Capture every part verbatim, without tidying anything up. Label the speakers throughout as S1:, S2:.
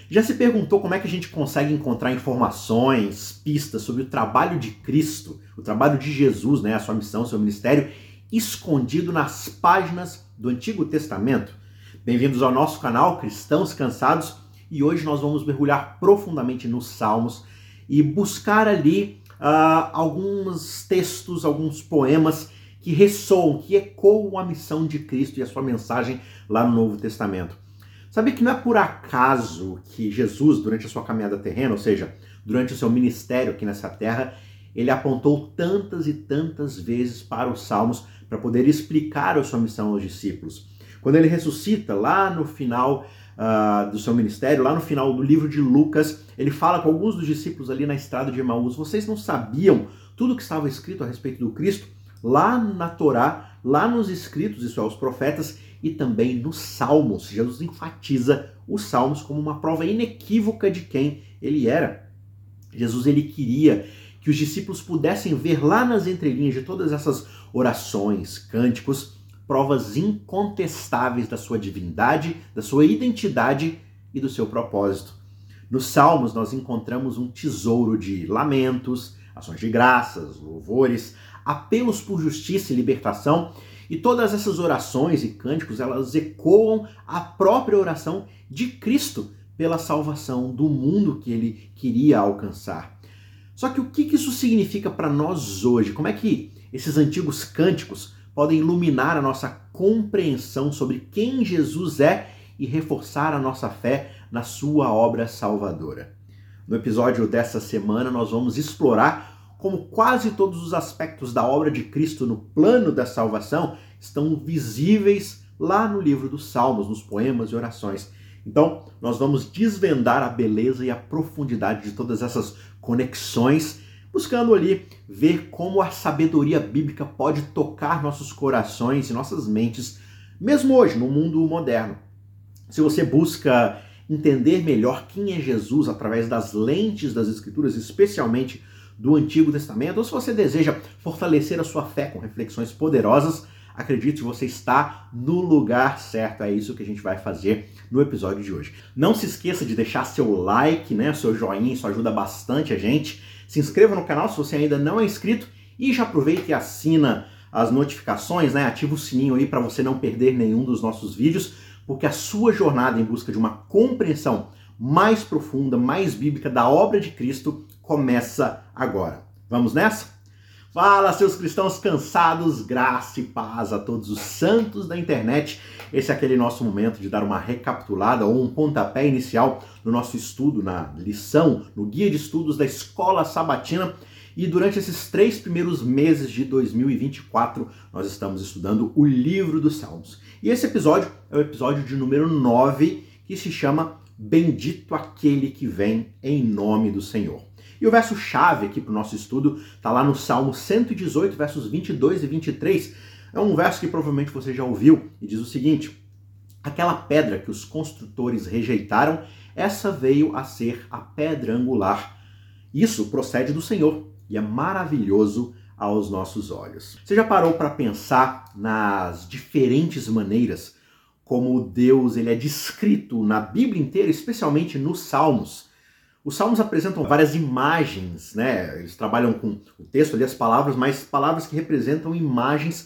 S1: Já se perguntou como é que a gente consegue encontrar informações, pistas sobre o trabalho de Cristo, o trabalho de Jesus, né, a sua missão, o seu ministério, escondido nas páginas do Antigo Testamento? Bem-vindos ao nosso canal Cristãos Cansados, e hoje nós vamos mergulhar profundamente nos Salmos e buscar ali uh, alguns textos, alguns poemas que ressoam, que ecoam a missão de Cristo e a sua mensagem lá no Novo Testamento. Sabe que não é por acaso que Jesus, durante a sua caminhada terrena, ou seja, durante o seu ministério aqui nessa terra, ele apontou tantas e tantas vezes para os Salmos para poder explicar a sua missão aos discípulos. Quando ele ressuscita, lá no final uh, do seu ministério, lá no final do livro de Lucas, ele fala com alguns dos discípulos ali na estrada de Emaús: vocês não sabiam tudo que estava escrito a respeito do Cristo? Lá na Torá, lá nos escritos, isso é, os profetas, e também nos Salmos. Jesus enfatiza os Salmos como uma prova inequívoca de quem ele era. Jesus ele queria que os discípulos pudessem ver lá nas entrelinhas de todas essas orações, cânticos, provas incontestáveis da sua divindade, da sua identidade e do seu propósito. Nos Salmos nós encontramos um tesouro de lamentos, ações de graças, louvores, apelos por justiça e libertação. E todas essas orações e cânticos, elas ecoam a própria oração de Cristo pela salvação do mundo que ele queria alcançar. Só que o que isso significa para nós hoje? Como é que esses antigos cânticos podem iluminar a nossa compreensão sobre quem Jesus é e reforçar a nossa fé na sua obra salvadora? No episódio dessa semana, nós vamos explorar como quase todos os aspectos da obra de Cristo no plano da salvação estão visíveis lá no livro dos Salmos, nos poemas e orações. Então, nós vamos desvendar a beleza e a profundidade de todas essas conexões, buscando ali ver como a sabedoria bíblica pode tocar nossos corações e nossas mentes, mesmo hoje, no mundo moderno. Se você busca entender melhor quem é Jesus através das lentes das Escrituras, especialmente do Antigo Testamento, ou se você deseja fortalecer a sua fé com reflexões poderosas, acredite, você está no lugar certo. É isso que a gente vai fazer no episódio de hoje. Não se esqueça de deixar seu like, né, seu joinha, isso ajuda bastante a gente. Se inscreva no canal se você ainda não é inscrito e já aproveita e assina as notificações, né, ativa o sininho aí para você não perder nenhum dos nossos vídeos, porque a sua jornada em busca de uma compreensão mais profunda, mais bíblica da obra de Cristo começa agora. Vamos nessa? Fala, seus cristãos cansados, graça e paz a todos os santos da internet. Esse é aquele nosso momento de dar uma recapitulada ou um pontapé inicial no nosso estudo, na lição, no guia de estudos da Escola Sabatina. E durante esses três primeiros meses de dois mil e vinte e quatro, nós estamos estudando o livro dos Salmos. E esse episódio é o episódio de número nove, que se chama Bendito aquele que vem em nome do Senhor. E o verso-chave aqui para o nosso estudo está lá no Salmo cento e dezoito, versos vinte e dois e vinte e três. É um verso que provavelmente você já ouviu e diz o seguinte: aquela pedra que os construtores rejeitaram, essa veio a ser a pedra angular. Isso procede do Senhor e é maravilhoso aos nossos olhos. Você já parou para pensar nas diferentes maneiras como Deus ele é descrito na Bíblia inteira, especialmente nos Salmos? Os Salmos apresentam várias imagens, né? Eles trabalham com o texto ali, as palavras, mas palavras que representam imagens,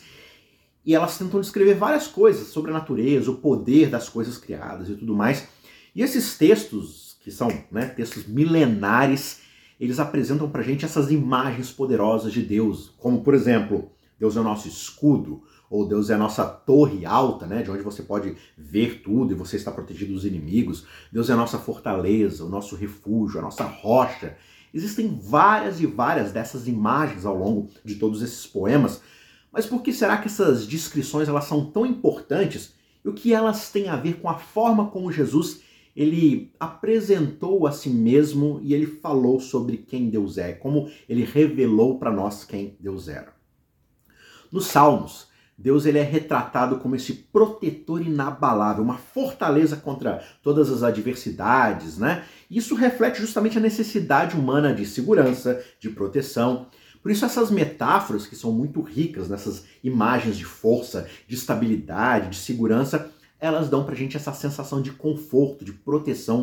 S1: e elas tentam descrever várias coisas sobre a natureza, o poder das coisas criadas e tudo mais. E esses textos, que são, né, textos milenares, eles apresentam pra gente essas imagens poderosas de Deus, como, por exemplo, Deus é o nosso escudo, ou Deus é a nossa torre alta, né, de onde você pode ver tudo e você está protegido dos inimigos. Deus é a nossa fortaleza, o nosso refúgio, a nossa rocha. Existem várias e várias dessas imagens ao longo de todos esses poemas, mas por que será que essas descrições elas são tão importantes? E o que elas têm a ver com a forma como Jesus ele apresentou a si mesmo e ele falou sobre quem Deus é, como ele revelou para nós quem Deus era? Nos Salmos, Deus ele é retratado como esse protetor inabalável, uma fortaleza contra todas as adversidades, né? Isso reflete justamente a necessidade humana de segurança, de proteção. Por isso essas metáforas, que são muito ricas nessas imagens de força, de estabilidade, de segurança, elas dão pra gente essa sensação de conforto, de proteção,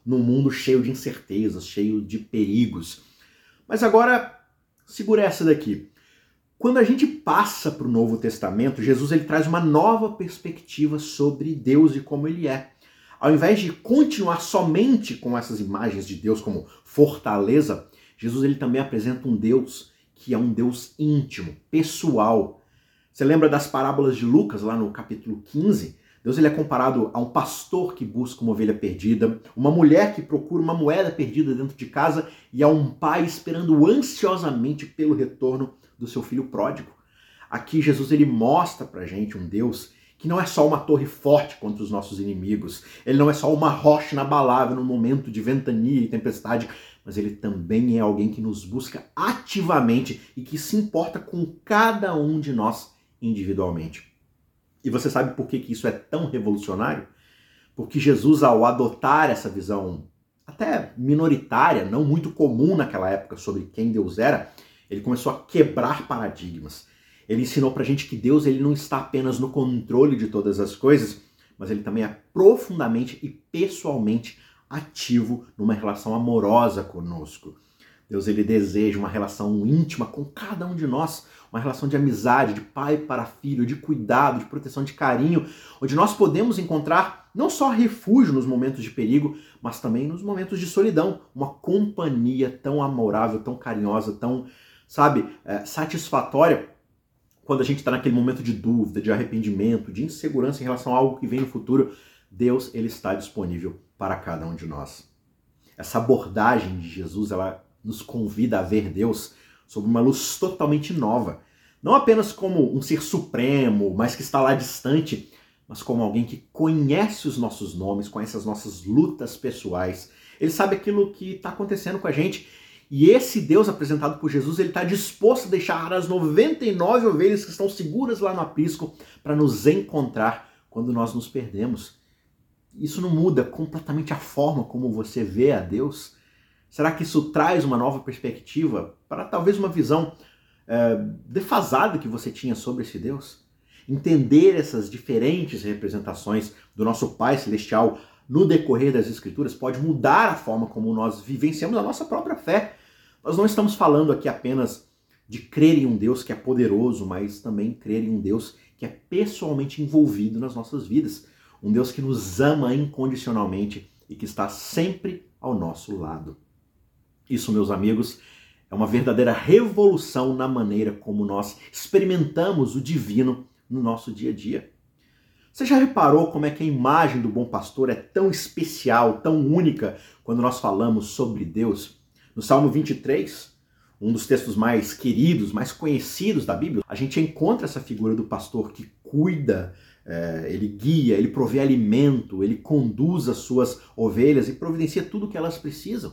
S1: num mundo cheio de incertezas, cheio de perigos. Mas agora, segura essa daqui. Quando a gente passa para o Novo Testamento, Jesus ele traz uma nova perspectiva sobre Deus e como ele é. Ao invés de continuar somente com essas imagens de Deus como fortaleza, Jesus ele também apresenta um Deus que é um Deus íntimo, pessoal. Você lembra das parábolas de Lucas, lá no capítulo quinze? Deus ele é comparado a um pastor que busca uma ovelha perdida, uma mulher que procura uma moeda perdida dentro de casa e a um pai esperando ansiosamente pelo retorno do seu filho pródigo. Aqui Jesus ele mostra pra gente um Deus que não é só uma torre forte contra os nossos inimigos, ele não é só uma rocha inabalável no momento de ventania e tempestade, mas ele também é alguém que nos busca ativamente e que se importa com cada um de nós individualmente. E você sabe por que isso é tão revolucionário? Porque Jesus, ao adotar essa visão até minoritária, não muito comum naquela época sobre quem Deus era, ele começou a quebrar paradigmas. Ele ensinou pra gente que Deus ele não está apenas no controle de todas as coisas, mas ele também é profundamente e pessoalmente ativo numa relação amorosa conosco. Deus ele deseja uma relação íntima com cada um de nós, uma relação de amizade, de pai para filho, de cuidado, de proteção, de carinho, onde nós podemos encontrar não só refúgio nos momentos de perigo, mas também nos momentos de solidão, uma companhia tão amorável, tão carinhosa, tão, sabe, é, satisfatória, quando a gente está naquele momento de dúvida, de arrependimento, de insegurança em relação a algo que vem no futuro. Deus ele está disponível para cada um de nós. Essa abordagem de Jesus, ela nos convida a ver Deus sob uma luz totalmente nova. Não apenas como um ser supremo, mas que está lá distante, mas como alguém que conhece os nossos nomes, conhece as nossas lutas pessoais. Ele sabe aquilo que está acontecendo com a gente. E esse Deus apresentado por Jesus, ele está disposto a deixar as noventa e nove ovelhas que estão seguras lá no aprisco para nos encontrar quando nós nos perdemos. Isso não muda completamente a forma como você vê a Deus? Será que isso traz uma nova perspectiva para talvez uma visão é, defasada que você tinha sobre esse Deus? Entender essas diferentes representações do nosso Pai Celestial no decorrer das Escrituras pode mudar a forma como nós vivenciamos a nossa própria fé. Nós não estamos falando aqui apenas de crer em um Deus que é poderoso, mas também crer em um Deus que é pessoalmente envolvido nas nossas vidas. Um Deus que nos ama incondicionalmente e que está sempre ao nosso lado. Isso, meus amigos, é uma verdadeira revolução na maneira como nós experimentamos o divino no nosso dia a dia. Você já reparou como é que a imagem do bom pastor é tão especial, tão única, quando nós falamos sobre Deus? No Salmo vinte e três, um dos textos mais queridos, mais conhecidos da Bíblia, a gente encontra essa figura do pastor que cuida, é, ele guia, ele provê alimento, ele conduz as suas ovelhas e providencia tudo o que elas precisam.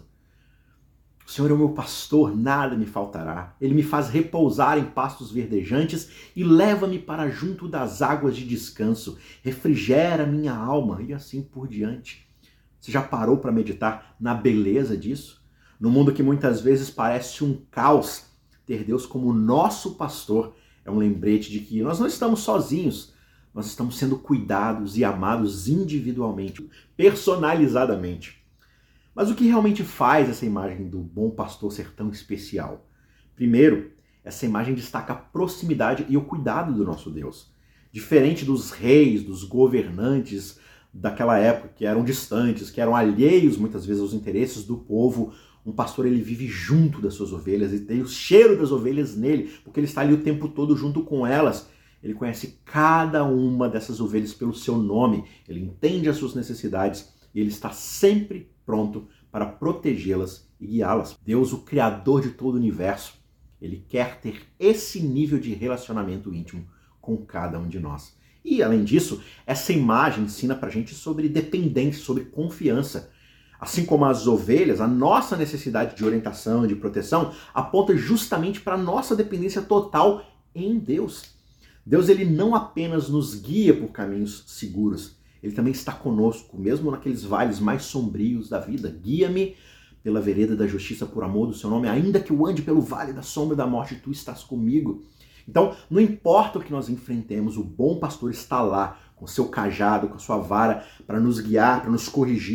S1: O Senhor é o meu pastor, nada me faltará. Ele me faz repousar em pastos verdejantes e leva-me para junto das águas de descanso. Refrigera minha alma e assim por diante. Você já parou para meditar na beleza disso? No mundo que muitas vezes parece um caos, ter Deus como nosso pastor é um lembrete de que nós não estamos sozinhos. Nós estamos sendo cuidados e amados individualmente, personalizadamente. Mas o que realmente faz essa imagem do bom pastor ser tão especial? Primeiro, essa imagem destaca a proximidade e o cuidado do nosso Deus. Diferente dos reis, dos governantes daquela época, que eram distantes, que eram alheios muitas vezes aos interesses do povo, um pastor ele vive junto das suas ovelhas e tem o cheiro das ovelhas nele, porque ele está ali o tempo todo junto com elas. Ele conhece cada uma dessas ovelhas pelo seu nome, ele entende as suas necessidades e ele está sempre pronto para protegê-las e guiá-las. Deus, o Criador de todo o universo, ele quer ter esse nível de relacionamento íntimo com cada um de nós. E, além disso, essa imagem ensina pra gente sobre dependência, sobre confiança. Assim como as ovelhas, a nossa necessidade de orientação, de proteção, aponta justamente para a nossa dependência total em Deus. Deus ele não apenas nos guia por caminhos seguros, ele também está conosco, mesmo naqueles vales mais sombrios da vida. Guia-me pela vereda da justiça por amor do seu nome, ainda que eu ande pelo vale da sombra da morte, tu estás comigo. Então, não importa o que nós enfrentemos, o bom pastor está lá, com seu cajado, com a sua vara, para nos guiar, para nos corrigir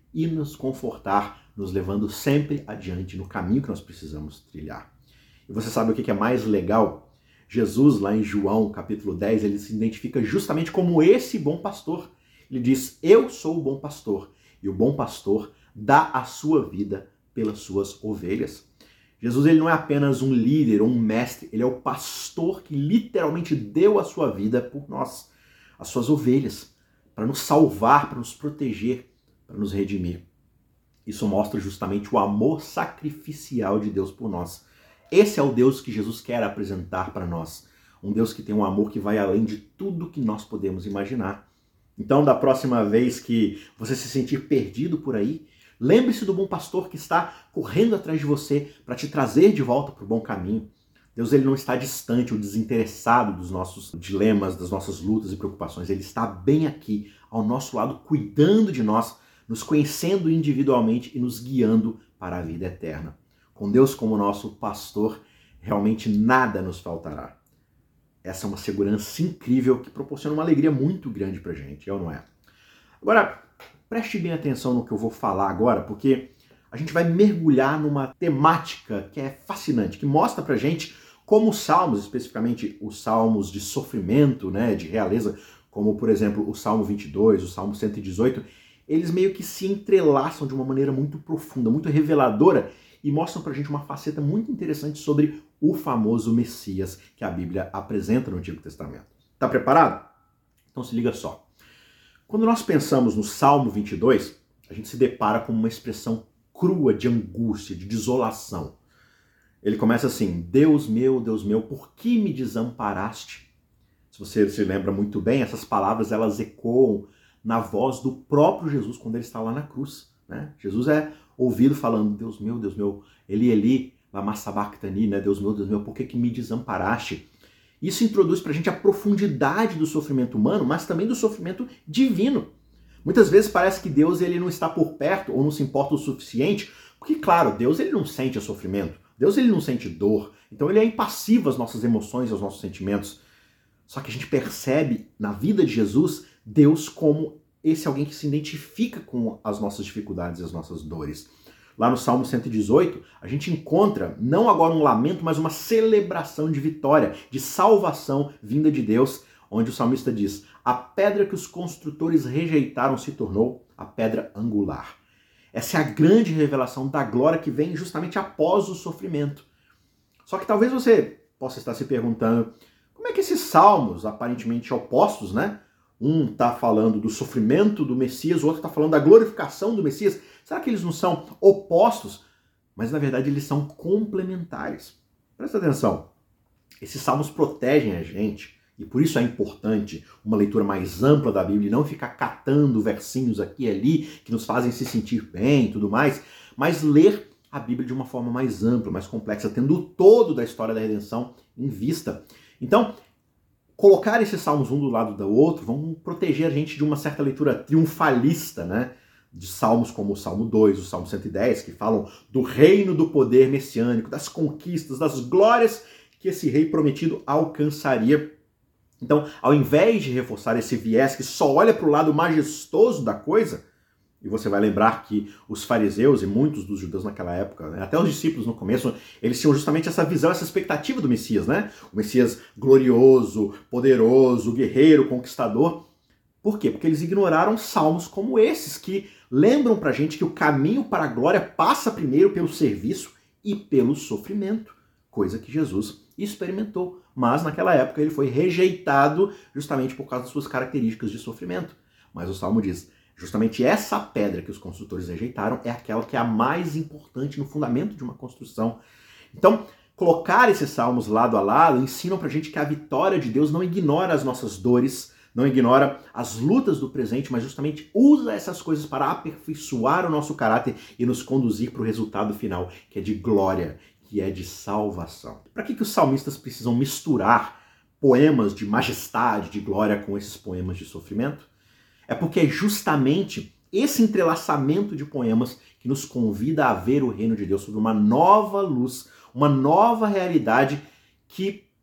S1: e nos confortar, nos levando sempre adiante no caminho que nós precisamos trilhar. E você sabe o que é mais legal? Jesus, lá em João, capítulo dez, ele se identifica justamente como esse bom pastor. Ele diz, eu sou o bom pastor, e o bom pastor dá a sua vida pelas suas ovelhas. Jesus ele não é apenas um líder, um mestre, ele é o pastor que literalmente deu a sua vida por nós, as suas ovelhas, para nos salvar, para nos proteger, para nos redimir. Isso mostra justamente o amor sacrificial de Deus por nós. Esse é o Deus que Jesus quer apresentar para nós. Um Deus que tem um amor que vai além de tudo que nós podemos imaginar. Então, da próxima vez que você se sentir perdido por aí, lembre-se do bom pastor que está correndo atrás de você para te trazer de volta para o bom caminho. Deus ele não está distante ou desinteressado dos nossos dilemas, das nossas lutas e preocupações. Ele está bem aqui, ao nosso lado, cuidando de nós, nos conhecendo individualmente e nos guiando para a vida eterna. Com Deus como nosso pastor, realmente nada nos faltará. Essa é uma segurança incrível que proporciona uma alegria muito grande para a gente, é ou não é? Agora, preste bem atenção no que eu vou falar agora, porque a gente vai mergulhar numa temática que é fascinante, que mostra pra gente como os salmos, especificamente os salmos de sofrimento, né, de realeza, como por exemplo o Salmo vinte e dois, o Salmo cento e dezoito, eles meio que se entrelaçam de uma maneira muito profunda, muito reveladora e mostram pra gente uma faceta muito interessante sobre o famoso Messias que a Bíblia apresenta no Antigo Testamento. Tá preparado? Então se liga só. Quando nós pensamos no Salmo vinte e dois, a gente se depara com uma expressão crua de angústia, de desolação. Ele começa assim, Deus meu, Deus meu, por que me desamparaste? Se você se lembra muito bem, essas palavras elas ecoam na voz do próprio Jesus quando ele está lá na cruz. Né? Jesus é ouvido falando, Deus meu, Deus meu, Eli, Eli, lama sabachthani, né? Deus meu, Deus meu, por que, que me desamparaste? Isso introduz para a gente a profundidade do sofrimento humano, mas também do sofrimento divino. Muitas vezes parece que Deus ele não está por perto ou não se importa o suficiente, porque, claro, Deus ele não sente sofrimento, Deus ele não sente dor, então ele é impassivo às nossas emoções e aos nossos sentimentos. Só que a gente percebe na vida de Jesus Deus como esse alguém que se identifica com as nossas dificuldades e as nossas dores. Lá no Salmo cento e dezoito, a gente encontra não agora um lamento, mas uma celebração de vitória, de salvação vinda de Deus, onde o salmista diz, a pedra que os construtores rejeitaram se tornou a pedra angular. Essa é a grande revelação da glória que vem justamente após o sofrimento. Só que talvez você possa estar se perguntando, como é que esses salmos, aparentemente opostos, né? Um está falando do sofrimento do Messias, o outro está falando da glorificação do Messias. Será que eles não são opostos? Mas, na verdade, eles são complementares. Presta atenção. Esses salmos protegem a gente, e por isso é importante uma leitura mais ampla da Bíblia, e não ficar catando versinhos aqui e ali, que nos fazem se sentir bem e tudo mais, mas ler a Bíblia de uma forma mais ampla, mais complexa, tendo o todo da história da redenção em vista. Então, colocar esses salmos um do lado do outro vão proteger a gente de uma certa leitura triunfalista, né? De salmos como o Salmo dois, o Salmo cento e dez, que falam do reino do poder messiânico, das conquistas, das glórias que esse rei prometido alcançaria. Então, ao invés de reforçar esse viés que só olha para o lado majestoso da coisa, e você vai lembrar que os fariseus e muitos dos judeus naquela época, né, até os discípulos no começo, eles tinham justamente essa visão, essa expectativa do Messias, né? O Messias glorioso, poderoso, guerreiro, conquistador. Por quê? Porque eles ignoraram salmos como esses, que lembram pra gente que o caminho para a glória passa primeiro pelo serviço e pelo sofrimento, coisa que Jesus experimentou. Mas naquela época ele foi rejeitado justamente por causa das suas características de sofrimento. Mas o Salmo diz, justamente essa pedra que os construtores rejeitaram é aquela que é a mais importante no fundamento de uma construção. Então, colocar esses salmos lado a lado ensinam pra gente que a vitória de Deus não ignora as nossas dores, não ignora as lutas do presente, mas justamente usa essas coisas para aperfeiçoar o nosso caráter e nos conduzir para o resultado final, que é de glória, que é de salvação. Para que, que os salmistas precisam misturar poemas de majestade, de glória, com esses poemas de sofrimento? É porque é justamente esse entrelaçamento de poemas que nos convida a ver o reino de Deus sob uma nova luz, uma nova realidade que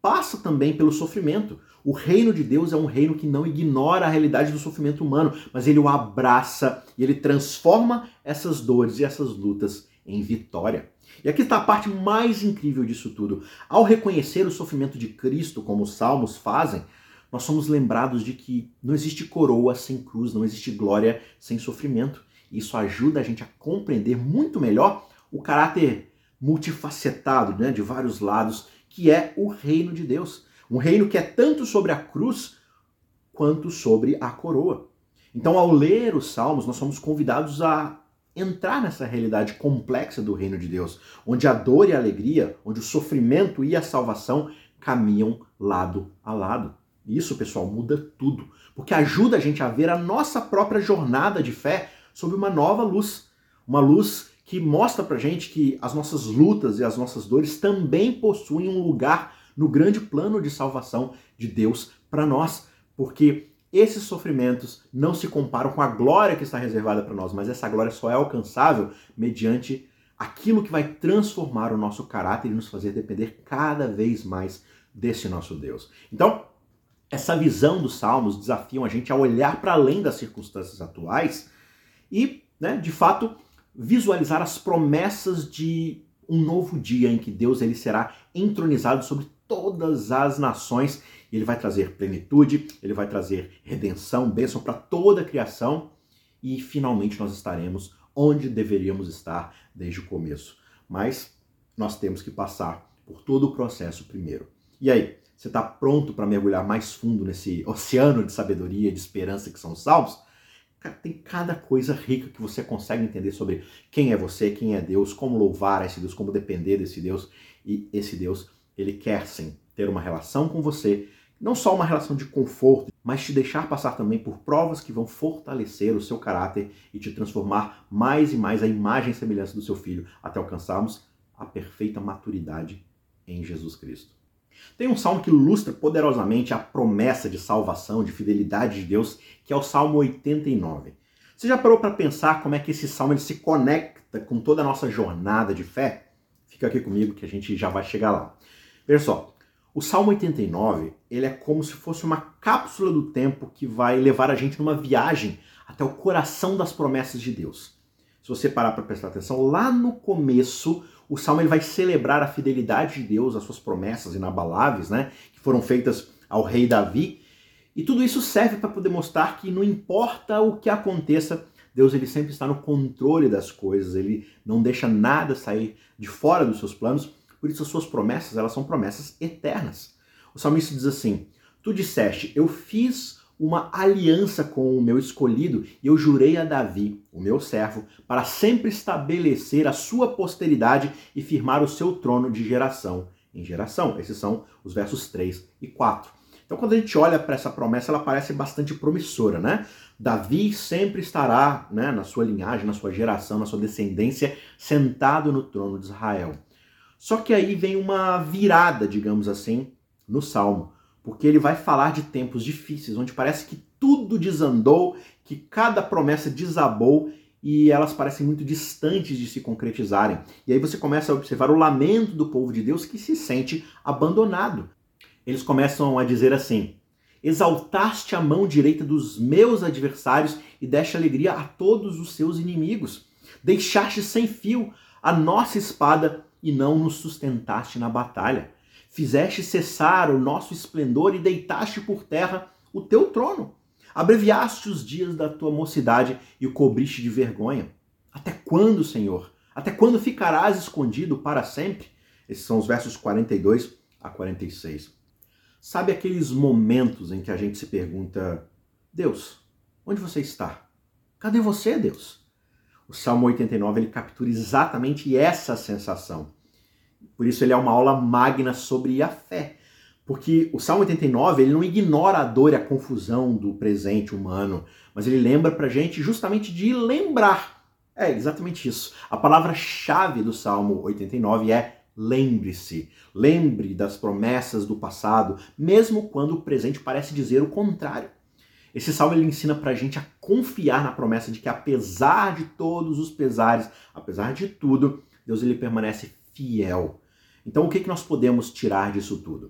S1: passa também pelo sofrimento. O reino de Deus é um reino que não ignora a realidade do sofrimento humano, mas ele o abraça e ele transforma essas dores e essas lutas em vitória. E aqui está a parte mais incrível disso tudo. Ao reconhecer o sofrimento de Cristo, como os salmos fazem, nós somos lembrados de que não existe coroa sem cruz, não existe glória sem sofrimento. Isso ajuda a gente a compreender muito melhor o caráter multifacetado, né, de vários lados, que é o reino de Deus. Um reino que é tanto sobre a cruz quanto sobre a coroa. Então, ao ler os salmos, nós somos convidados a entrar nessa realidade complexa do reino de Deus, onde a dor e a alegria, onde o sofrimento e a salvação caminham lado a lado. E isso, pessoal, muda tudo, porque ajuda a gente a ver a nossa própria jornada de fé sob uma nova luz. Uma luz que mostra pra gente que as nossas lutas e as nossas dores também possuem um lugar no grande plano de salvação de Deus para nós, porque esses sofrimentos não se comparam com a glória que está reservada para nós, mas essa glória só é alcançável mediante aquilo que vai transformar o nosso caráter e nos fazer depender cada vez mais desse nosso Deus. Então, essa visão dos salmos desafiam a gente a olhar para além das circunstâncias atuais e, né, de fato, visualizar as promessas de um novo dia em que Deus ele será entronizado sobre todas as nações. Ele vai trazer plenitude, ele vai trazer redenção, bênção para toda a criação e finalmente nós estaremos onde deveríamos estar desde o começo. Mas nós temos que passar por todo o processo primeiro. E aí, você está pronto para mergulhar mais fundo nesse oceano de sabedoria e de esperança que são os salmos? Tem cada coisa rica que você consegue entender sobre quem é você, quem é Deus, como louvar esse Deus, como depender desse Deus. E esse Deus, ele quer sim ter uma relação com você, não só uma relação de conforto, mas te deixar passar também por provas que vão fortalecer o seu caráter e te transformar mais e mais à imagem e semelhança do seu Filho, até alcançarmos a perfeita maturidade em Jesus Cristo. Tem um salmo que ilustra poderosamente a promessa de salvação, de fidelidade de Deus, que é o Salmo oitenta e nove. Você já parou para pensar como é que esse salmo ele se conecta com toda a nossa jornada de fé? Fica aqui comigo que a gente já vai chegar lá. Veja só, o Salmo oitenta e nove ele é como se fosse uma cápsula do tempo que vai levar a gente numa viagem até o coração das promessas de Deus. Se você parar para prestar atenção, lá no começo, o Salmo ele vai celebrar a fidelidade de Deus, as suas promessas inabaláveis, né, que foram feitas ao rei Davi. E tudo isso serve para poder mostrar que não importa o que aconteça, Deus ele sempre está no controle das coisas, ele não deixa nada sair de fora dos seus planos, por isso as suas promessas, elas são promessas eternas. O salmista diz assim: tu disseste, eu fiz uma aliança com o meu escolhido e eu jurei a Davi, o meu servo, para sempre estabelecer a sua posteridade e firmar o seu trono de geração em geração. Esses são os versos três e quatro. Então, quando a gente olha para essa promessa, ela parece bastante promissora, né? Davi sempre estará, né, na sua linhagem, na sua geração, na sua descendência, sentado no trono de Israel. Só que aí vem uma virada, digamos assim, no Salmo, porque ele vai falar de tempos difíceis, onde parece que tudo desandou, que cada promessa desabou e elas parecem muito distantes de se concretizarem. E aí você começa a observar o lamento do povo de Deus que se sente abandonado. Eles começam a dizer assim: exaltaste a mão direita dos meus adversários e deste alegria a todos os seus inimigos. Deixaste sem fio a nossa espada e não nos sustentaste na batalha. Fizeste cessar o nosso esplendor e deitaste por terra o teu trono. Abreviaste os dias da tua mocidade e o cobriste de vergonha. Até quando, Senhor? Até quando ficarás escondido para sempre? Esses são os versos quarenta e dois a quarenta e seis. Sabe aqueles momentos em que a gente se pergunta: Deus, onde você está? Cadê você, Deus? O Salmo oitenta e nove ele captura exatamente essa sensação. Por isso ele é uma aula magna sobre a fé. Porque o Salmo oitenta e nove ele não ignora a dor e a confusão do presente humano, mas ele lembra pra gente justamente de lembrar. É exatamente isso. A palavra-chave do Salmo oitenta e nove é lembre-se. Lembre das promessas do passado, mesmo quando o presente parece dizer o contrário. Esse salmo ele ensina pra gente a confiar na promessa de que apesar de todos os pesares, apesar de tudo, Deus ele permanece fiel. Então o que, que nós podemos tirar disso tudo?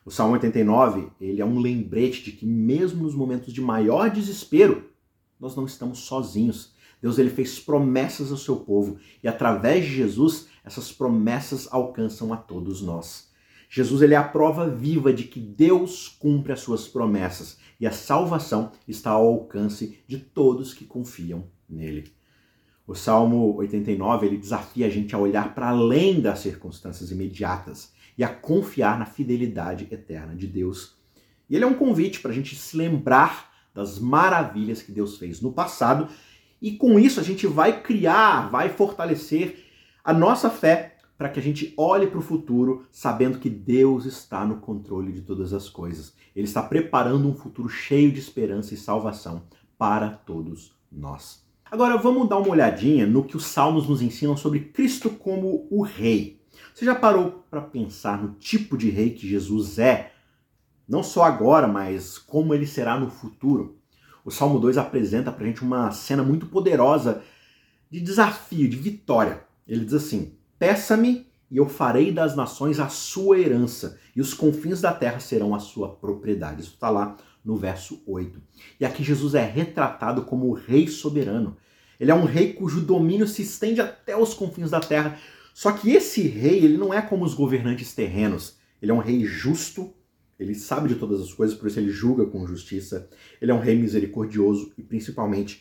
S1: O Salmo oitenta e nove, ele é um lembrete de que mesmo nos momentos de maior desespero, nós não estamos sozinhos. Deus ele fez promessas ao seu povo e através de Jesus, essas promessas alcançam a todos nós. Jesus ele é a prova viva de que Deus cumpre as suas promessas e a salvação está ao alcance de todos que confiam nele. O Salmo oitenta e nove ele desafia a gente a olhar para além das circunstâncias imediatas e a confiar na fidelidade eterna de Deus. E ele é um convite para a gente se lembrar das maravilhas que Deus fez no passado e com isso a gente vai criar, vai fortalecer a nossa fé para que a gente olhe para o futuro sabendo que Deus está no controle de todas as coisas. Ele está preparando um futuro cheio de esperança e salvação para todos nós. Agora vamos dar uma olhadinha no que os Salmos nos ensinam sobre Cristo como o Rei. Você já parou para pensar no tipo de rei que Jesus é? Não só agora, mas como ele será no futuro? O Salmo dois apresenta para a gente uma cena muito poderosa de desafio, de vitória. Ele diz assim: peça-me e eu farei das nações a sua herança, e os confins da terra serão a sua propriedade. Isso está lá no verso oito. E aqui Jesus é retratado como o rei soberano. Ele é um rei cujo domínio se estende até os confins da terra. Só que esse rei, ele não é como os governantes terrenos. Ele é um rei justo, ele sabe de todas as coisas, por isso ele julga com justiça. Ele é um rei misericordioso e principalmente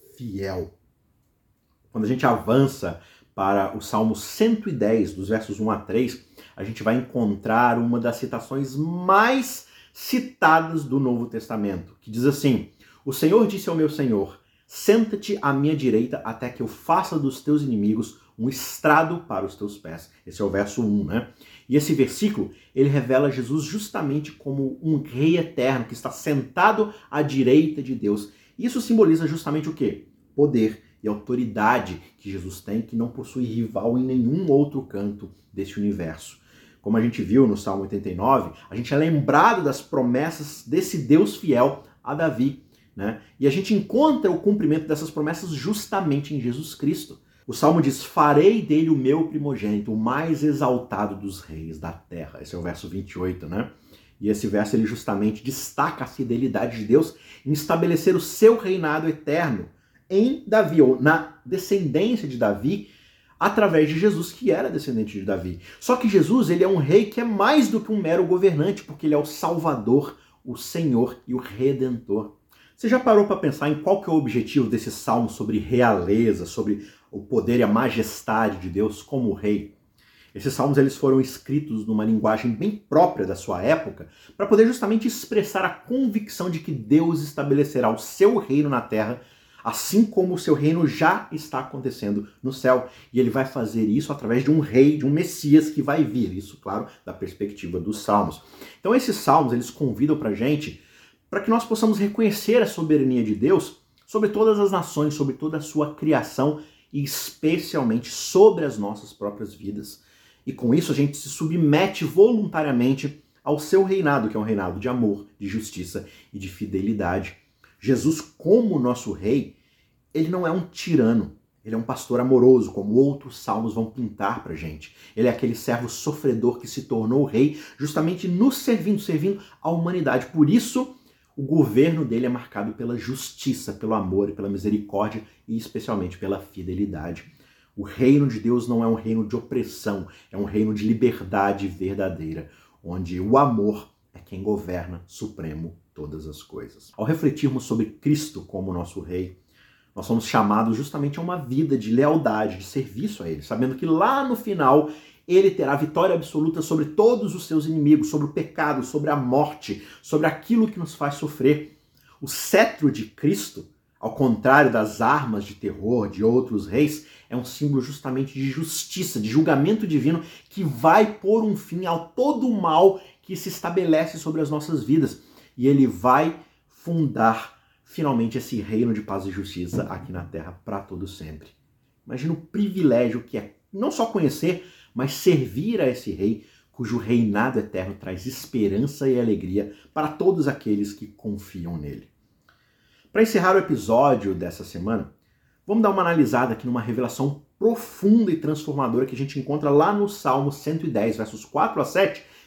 S1: fiel. Quando a gente avança para o Salmo cento e dez, dos versos um a três, a gente vai encontrar uma das citações mais citadas do Novo Testamento, que diz assim: o Senhor disse ao meu Senhor, senta-te à minha direita até que eu faça dos teus inimigos um estrado para os teus pés. Esse é o verso um, né? E esse versículo, ele revela Jesus justamente como um rei eterno que está sentado à direita de Deus. Isso simboliza justamente o quê? Poder e autoridade que Jesus tem, que não possui rival em nenhum outro canto deste universo. Como a gente viu no Salmo oitenta e nove, a gente é lembrado das promessas desse Deus fiel a Davi, né? E a gente encontra o cumprimento dessas promessas justamente em Jesus Cristo. O Salmo diz: farei dele o meu primogênito, o mais exaltado dos reis da terra. Esse é o verso vinte e oito, né? E esse verso ele justamente destaca a fidelidade de Deus em estabelecer o seu reinado eterno em Davi, ou na descendência de Davi, através de Jesus, que era descendente de Davi. Só que Jesus, ele é um rei que é mais do que um mero governante, porque ele é o Salvador, o Senhor e o Redentor. Você já parou para pensar em qual que é o objetivo desse salmo sobre realeza, sobre o poder e a majestade de Deus como rei? Esses salmos eles foram escritos numa linguagem bem própria da sua época, para poder justamente expressar a convicção de que Deus estabelecerá o seu reino na terra, assim como o seu reino já está acontecendo no céu. E ele vai fazer isso através de um rei, de um Messias que vai vir. Isso, claro, da perspectiva dos salmos. Então esses salmos, eles convidam para a gente, para que nós possamos reconhecer a soberania de Deus sobre todas as nações, sobre toda a sua criação e especialmente sobre as nossas próprias vidas. E com isso a gente se submete voluntariamente ao seu reinado, que é um reinado de amor, de justiça e de fidelidade. Jesus, como nosso rei, ele não é um tirano, ele é um pastor amoroso, como outros salmos vão pintar pra gente. Ele é aquele servo sofredor que se tornou rei, justamente nos servindo, servindo à humanidade. Por isso, o governo dele é marcado pela justiça, pelo amor e pela misericórdia e especialmente pela fidelidade. O reino de Deus não é um reino de opressão, é um reino de liberdade verdadeira, onde o amor é quem governa supremo todas as coisas. Ao refletirmos sobre Cristo como nosso rei, nós somos chamados justamente a uma vida de lealdade, de serviço a ele, sabendo que lá no final ele terá vitória absoluta sobre todos os seus inimigos, sobre o pecado, sobre a morte, sobre aquilo que nos faz sofrer. O cetro de Cristo, ao contrário das armas de terror de outros reis, é um símbolo justamente de justiça, de julgamento divino que vai pôr um fim a todo o mal que se estabelece sobre as nossas vidas. E ele vai fundar finalmente esse reino de paz e justiça aqui na terra para todo sempre. Imagina o privilégio que é não só conhecer, mas servir a esse rei cujo reinado eterno traz esperança e alegria para todos aqueles que confiam nele. Para encerrar o episódio dessa semana, vamos dar uma analisada aqui numa revelação profunda e transformadora que a gente encontra lá no Salmo cento e dez, versos quatro a sete,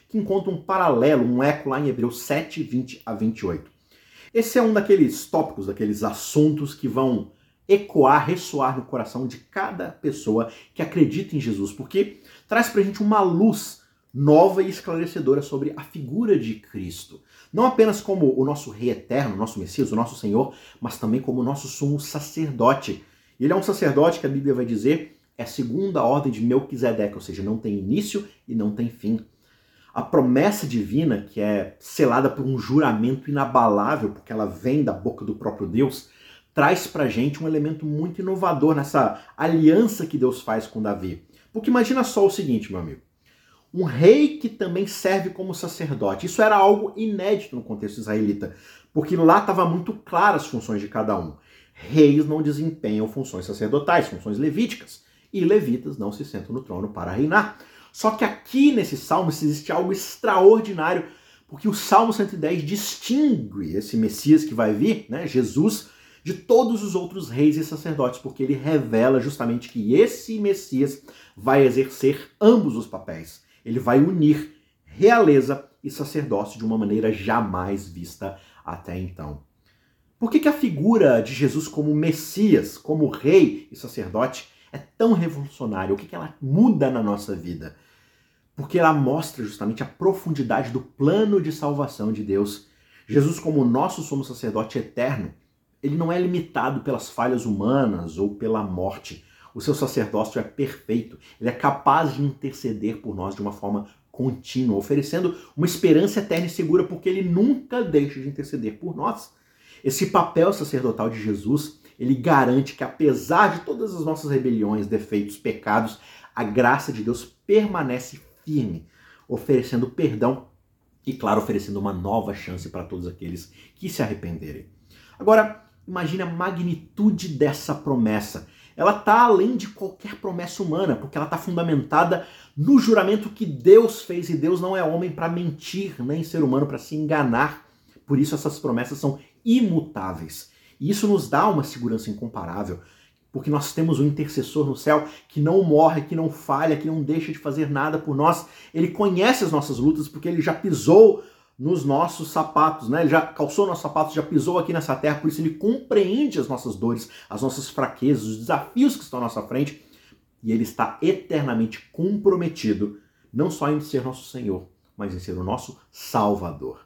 S1: que encontra um paralelo, um eco lá em Hebreus sete, vinte a vinte e oito. Esse é um daqueles tópicos, daqueles assuntos que vão ecoar, ressoar no coração de cada pessoa que acredita em Jesus, porque traz pra gente uma luz nova e esclarecedora sobre a figura de Cristo. Não apenas como o nosso Rei Eterno, o nosso Messias, o nosso Senhor, mas também como o nosso sumo sacerdote. Ele é um sacerdote que a Bíblia vai dizer é a segunda ordem de Melquisedeque, ou seja, não tem início e não tem fim. A promessa divina, que é selada por um juramento inabalável, porque ela vem da boca do próprio Deus, traz pra gente um elemento muito inovador nessa aliança que Deus faz com Davi. Porque imagina só o seguinte, meu amigo. Um rei que também serve como sacerdote. Isso era algo inédito no contexto israelita, porque lá estava muito claras as funções de cada um. Reis não desempenham funções sacerdotais, funções levíticas, e levitas não se sentam no trono para reinar. Só que aqui nesse salmo existe algo extraordinário, porque o Salmo cento e dez distingue esse Messias que vai vir, né, Jesus, de todos os outros reis e sacerdotes, porque ele revela justamente que esse Messias vai exercer ambos os papéis. Ele vai unir realeza e sacerdócio de uma maneira jamais vista até então. Por que que a figura de Jesus como Messias, como rei e sacerdote, é tão revolucionária? O que que ela muda na nossa vida? Porque ela mostra justamente a profundidade do plano de salvação de Deus. Jesus, como nosso sumo sacerdote eterno, ele não é limitado pelas falhas humanas ou pela morte. O seu sacerdócio é perfeito. Ele é capaz de interceder por nós de uma forma contínua, oferecendo uma esperança eterna e segura, porque ele nunca deixa de interceder por nós. Esse papel sacerdotal de Jesus, ele garante que apesar de todas as nossas rebeliões, defeitos, pecados, a graça de Deus permanece firme, oferecendo perdão e, claro, oferecendo uma nova chance para todos aqueles que se arrependerem. Agora, imagine a magnitude dessa promessa. Ela está além de qualquer promessa humana, porque ela está fundamentada no juramento que Deus fez, e Deus não é homem para mentir, nem ser humano para se enganar. Por isso essas promessas são imutáveis. E isso nos dá uma segurança incomparável, porque nós temos um intercessor no céu que não morre, que não falha, que não deixa de fazer nada por nós. Ele conhece as nossas lutas, porque ele já pisou nos nossos sapatos, né? Ele já calçou nossos sapatos, já pisou aqui nessa terra, por isso ele compreende as nossas dores, as nossas fraquezas, os desafios que estão à nossa frente, e ele está eternamente comprometido, não só em ser nosso Senhor, mas em ser o nosso Salvador.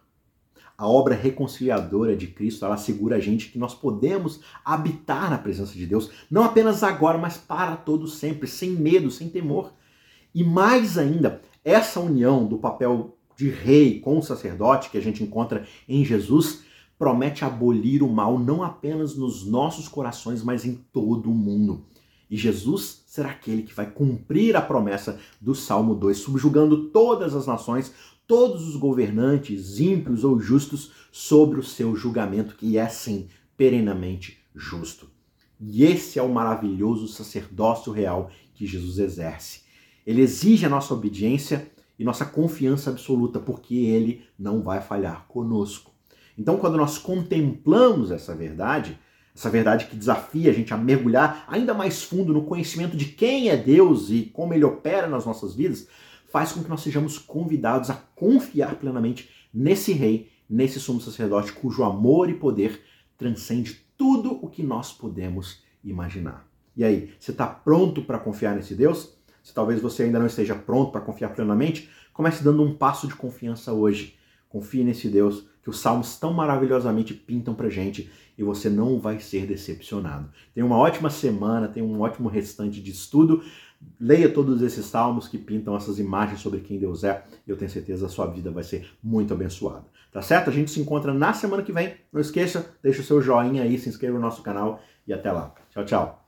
S1: A obra reconciliadora de Cristo, ela assegura a gente que nós podemos habitar na presença de Deus, não apenas agora, mas para todo sempre, sem medo, sem temor. E mais ainda, essa união do papel de rei com o sacerdote que a gente encontra em Jesus, promete abolir o mal não apenas nos nossos corações, mas em todo o mundo. E Jesus será aquele que vai cumprir a promessa do Salmo dois, subjugando todas as nações, todos os governantes, ímpios ou justos, sobre o seu julgamento, que é, sim, perenamente justo. E esse é o maravilhoso sacerdócio real que Jesus exerce. Ele exige a nossa obediência e nossa confiança absoluta, porque ele não vai falhar conosco. Então, quando nós contemplamos essa verdade, essa verdade que desafia a gente a mergulhar ainda mais fundo no conhecimento de quem é Deus e como ele opera nas nossas vidas, faz com que nós sejamos convidados a confiar plenamente nesse rei, nesse sumo sacerdote, cujo amor e poder transcende tudo o que nós podemos imaginar. E aí, você está pronto para confiar nesse Deus? Se talvez você ainda não esteja pronto para confiar plenamente, comece dando um passo de confiança hoje. Confie nesse Deus que os salmos tão maravilhosamente pintam pra gente e você não vai ser decepcionado. Tenha uma ótima semana, tenha um ótimo restante de estudo. Leia todos esses salmos que pintam essas imagens sobre quem Deus é e eu tenho certeza que a sua vida vai ser muito abençoada. Tá certo? A gente se encontra na semana que vem. Não esqueça, deixa o seu joinha aí, se inscreva no nosso canal e até lá. Tchau, tchau.